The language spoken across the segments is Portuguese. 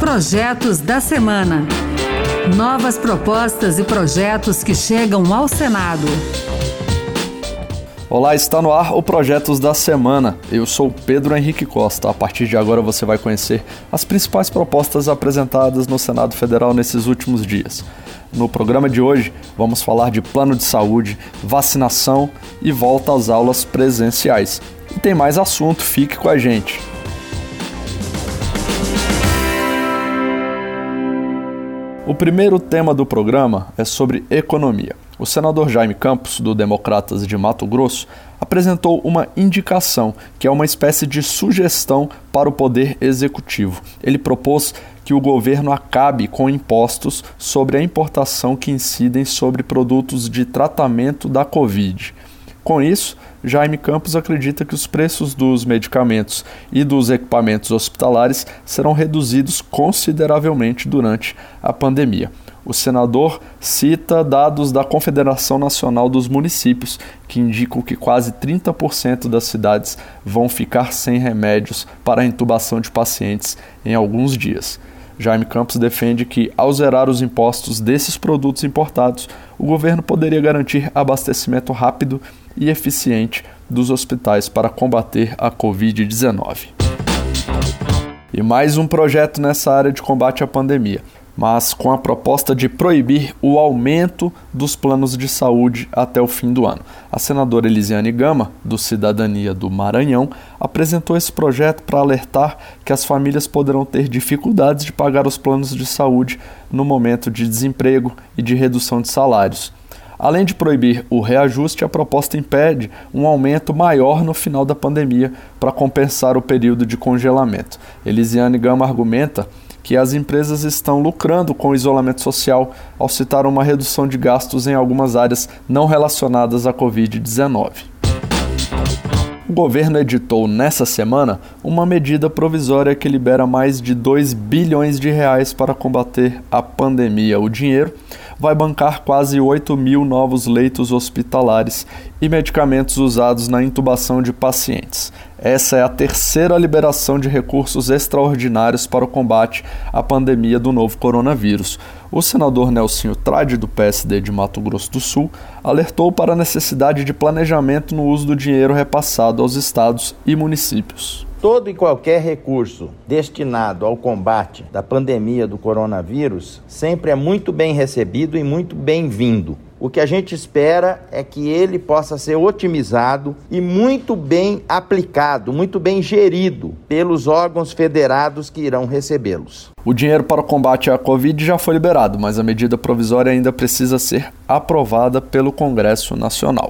Projetos da Semana. Novas propostas e projetos que chegam ao Senado. Olá, está no ar o Projetos da Semana. Eu sou Pedro Henrique Costa. A partir de agora você vai conhecer as principais propostas apresentadas no Senado Federal nesses últimos dias. No programa de hoje, vamos falar de plano de saúde, vacinação e volta às aulas presenciais. E tem mais assunto, fique com a gente. O primeiro tema do programa é sobre economia. O senador Jaime Campos, do Democratas de Mato Grosso, apresentou uma indicação, que é uma espécie de sugestão para o Poder Executivo. Ele propôs que o governo acabe com impostos sobre a importação que incidem sobre produtos de tratamento da Covid. Com isso, Jaime Campos acredita que os preços dos medicamentos e dos equipamentos hospitalares serão reduzidos consideravelmente durante a pandemia. O senador cita dados da Confederação Nacional dos Municípios, que indicam que quase 30% das cidades vão ficar sem remédios para a intubação de pacientes em alguns dias. Jaime Campos defende que, ao zerar os impostos desses produtos importados, o governo poderia garantir abastecimento rápido e eficiente dos hospitais para combater a Covid-19. E mais um projeto nessa área de combate à pandemia, mas com a proposta de proibir o aumento dos planos de saúde até o fim do ano. A senadora Elisiane Gama, do Cidadania do Maranhão, apresentou esse projeto para alertar que as famílias poderão ter dificuldades de pagar os planos de saúde no momento de desemprego e de redução de salários. Além de proibir o reajuste, a proposta impede um aumento maior no final da pandemia para compensar o período de congelamento. Elisiane Gama argumenta que as empresas estão lucrando com o isolamento social ao citar uma redução de gastos em algumas áreas não relacionadas à Covid-19. O governo editou nessa semana uma medida provisória que libera mais de 2 bilhões de reais para combater a pandemia. O dinheiro vai bancar quase 8 mil novos leitos hospitalares e medicamentos usados na intubação de pacientes. Essa é a terceira liberação de recursos extraordinários para o combate à pandemia do novo coronavírus. O senador Nelsinho Trade, do PSD de Mato Grosso do Sul, alertou para a necessidade de planejamento no uso do dinheiro repassado aos estados e municípios. Todo e qualquer recurso destinado ao combate da pandemia do coronavírus sempre é muito bem recebido e muito bem-vindo. O que a gente espera é que ele possa ser otimizado e muito bem aplicado, muito bem gerido pelos órgãos federados que irão recebê-los. O dinheiro para o combate à Covid já foi liberado, mas a medida provisória ainda precisa ser aprovada pelo Congresso Nacional.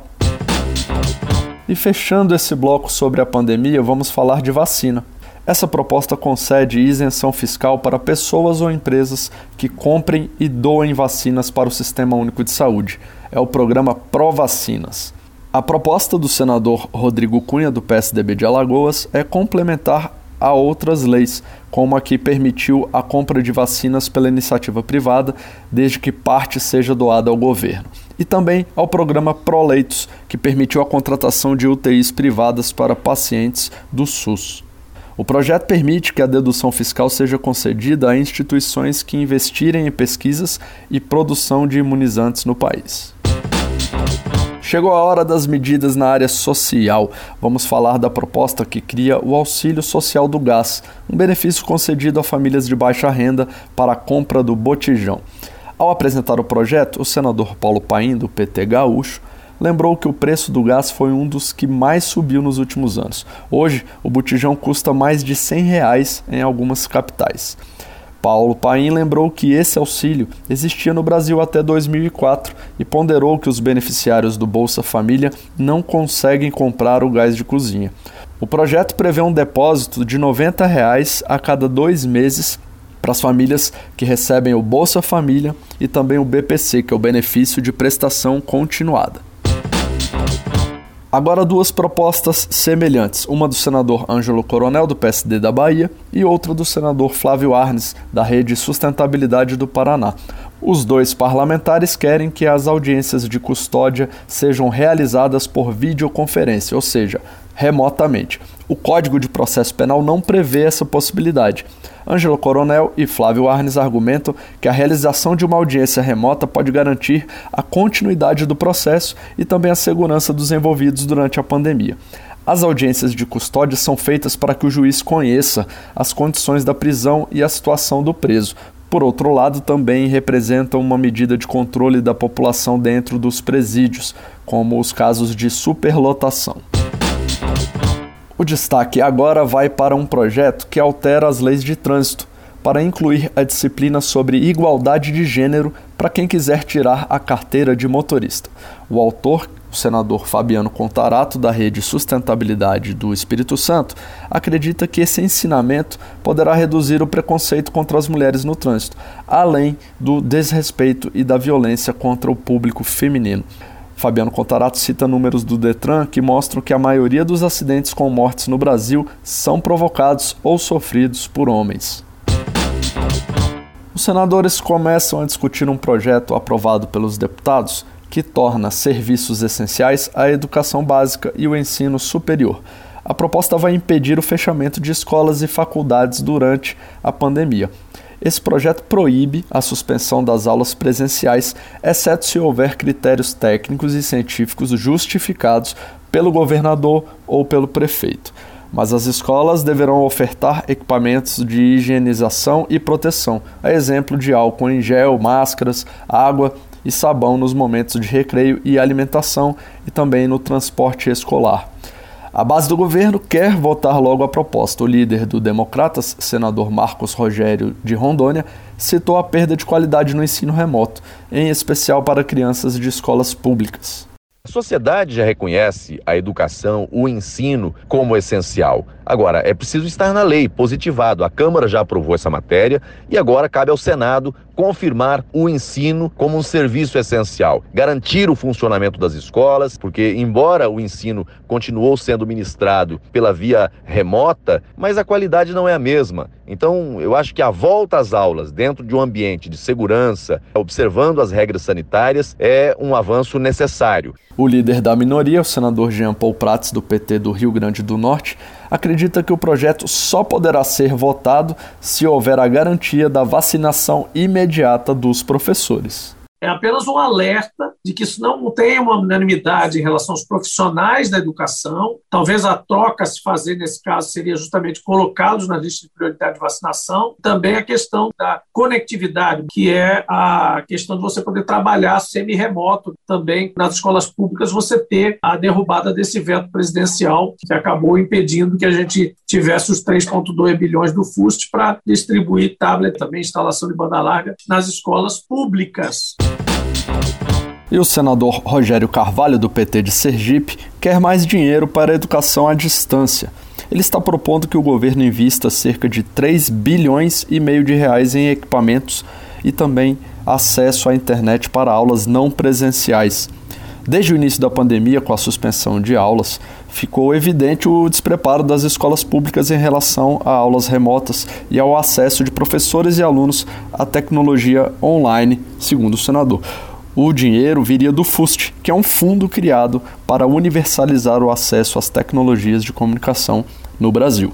E fechando esse bloco sobre a pandemia, vamos falar de vacina. Essa proposta concede isenção fiscal para pessoas ou empresas que comprem e doem vacinas para o Sistema Único de Saúde. É o programa Provacinas. A proposta do senador Rodrigo Cunha, do PSDB de Alagoas, é complementar a outras leis, como a que permitiu a compra de vacinas pela iniciativa privada, desde que parte seja doada ao governo. E também ao programa Proleitos, que permitiu a contratação de UTIs privadas para pacientes do SUS. O projeto permite que a dedução fiscal seja concedida a instituições que investirem em pesquisas e produção de imunizantes no país. Chegou a hora das medidas na área social. Vamos falar da proposta que cria o Auxílio Social do Gás, um benefício concedido a famílias de baixa renda para a compra do botijão. Ao apresentar o projeto, o senador Paulo Paim, do PT gaúcho, lembrou que o preço do gás foi um dos que mais subiu nos últimos anos. Hoje, o botijão custa mais de R$100 em algumas capitais. Paulo Paim lembrou que esse auxílio existia no Brasil até 2004 e ponderou que os beneficiários do Bolsa Família não conseguem comprar o gás de cozinha. O projeto prevê um depósito de R$90 a cada 2 meses para as famílias que recebem o Bolsa Família e também o BPC, que é o benefício de prestação continuada. Agora 2 propostas semelhantes, uma do senador Ângelo Coronel, do PSD da Bahia, e outra do senador Flávio Arnes, da Rede Sustentabilidade do Paraná. Os dois parlamentares querem que as audiências de custódia sejam realizadas por videoconferência, ou seja, remotamente. O Código de Processo Penal não prevê essa possibilidade. Ângelo Coronel e Flávio Arnes argumentam que a realização de uma audiência remota pode garantir a continuidade do processo e também a segurança dos envolvidos durante a pandemia. As audiências de custódia são feitas para que o juiz conheça as condições da prisão e a situação do preso. Por outro lado, também representam uma medida de controle da população dentro dos presídios, como os casos de superlotação. O destaque agora vai para um projeto que altera as leis de trânsito para incluir a disciplina sobre igualdade de gênero para quem quiser tirar a carteira de motorista. O autor, o senador Fabiano Contarato, da Rede Sustentabilidade do Espírito Santo, acredita que esse ensinamento poderá reduzir o preconceito contra as mulheres no trânsito, além do desrespeito e da violência contra o público feminino. Fabiano Contarato cita números do Detran que mostram que a maioria dos acidentes com mortes no Brasil são provocados ou sofridos por homens. Os senadores começam a discutir um projeto aprovado pelos deputados que torna serviços essenciais a educação básica e o ensino superior. A proposta vai impedir o fechamento de escolas e faculdades durante a pandemia. Esse projeto proíbe a suspensão das aulas presenciais, exceto se houver critérios técnicos e científicos justificados pelo governador ou pelo prefeito. Mas as escolas deverão ofertar equipamentos de higienização e proteção, a exemplo de álcool em gel, máscaras, água e sabão nos momentos de recreio e alimentação e também no transporte escolar. A base do governo quer votar logo a proposta. O líder do Democratas, senador Marcos Rogério de Rondônia, citou a perda de qualidade no ensino remoto, em especial para crianças de escolas públicas. A sociedade já reconhece a educação, o ensino como essencial. Agora, é preciso estar na lei, positivado. A Câmara já aprovou essa matéria e agora cabe ao Senado confirmar o ensino como um serviço essencial. Garantir o funcionamento das escolas, porque embora o ensino continuou sendo ministrado pela via remota, mas a qualidade não é a mesma. Então, eu acho que a volta às aulas dentro de um ambiente de segurança, observando as regras sanitárias, é um avanço necessário. O líder da minoria, o senador Jean Paul Prats, do PT do Rio Grande do Norte, acredita que o projeto só poderá ser votado se houver a garantia da vacinação imediata dos professores. É apenas um alerta de que isso não tem uma unanimidade em relação aos profissionais da educação. Talvez a troca a se fazer nesse caso seria justamente colocá-los na lista de prioridade de vacinação. Também a questão da conectividade, que é a questão de você poder trabalhar semi-remoto. Também nas escolas públicas você ter a derrubada desse veto presidencial que acabou impedindo que a gente tivesse os 3,2 bilhões do FUST para distribuir tablet, também instalação de banda larga nas escolas públicas. E o senador Rogério Carvalho, do PT de Sergipe, quer mais dinheiro para a educação à distância. Ele está propondo que o governo invista cerca de 3,5 bilhões de reais em equipamentos e também acesso à internet para aulas não presenciais. Desde o início da pandemia, com a suspensão de aulas, ficou evidente o despreparo das escolas públicas em relação a aulas remotas e ao acesso de professores e alunos à tecnologia online, segundo o senador. O dinheiro viria do FUST, que é um fundo criado para universalizar o acesso às tecnologias de comunicação no Brasil.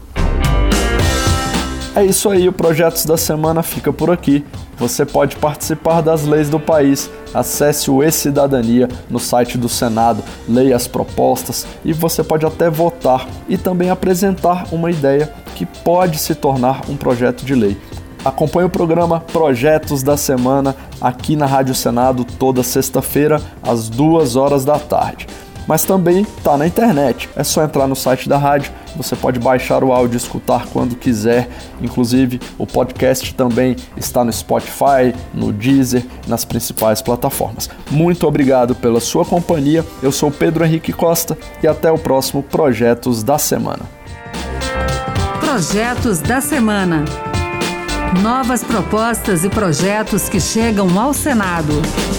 É isso aí, o Projetos da Semana fica por aqui. Você pode participar das leis do país. Acesse o E-Cidadania no site do Senado, leia as propostas e você pode até votar e também apresentar uma ideia que pode se tornar um projeto de lei. Acompanhe o programa Projetos da Semana aqui na Rádio Senado toda sexta-feira às 14h. Mas também está na internet, é só entrar no site da rádio, você pode baixar o áudio e escutar quando quiser, inclusive o podcast também está no Spotify, no Deezer, nas principais plataformas. Muito obrigado pela sua companhia, eu sou Pedro Henrique Costa e até o próximo Projetos da Semana. Projetos da Semana. Novas propostas e projetos que chegam ao Senado.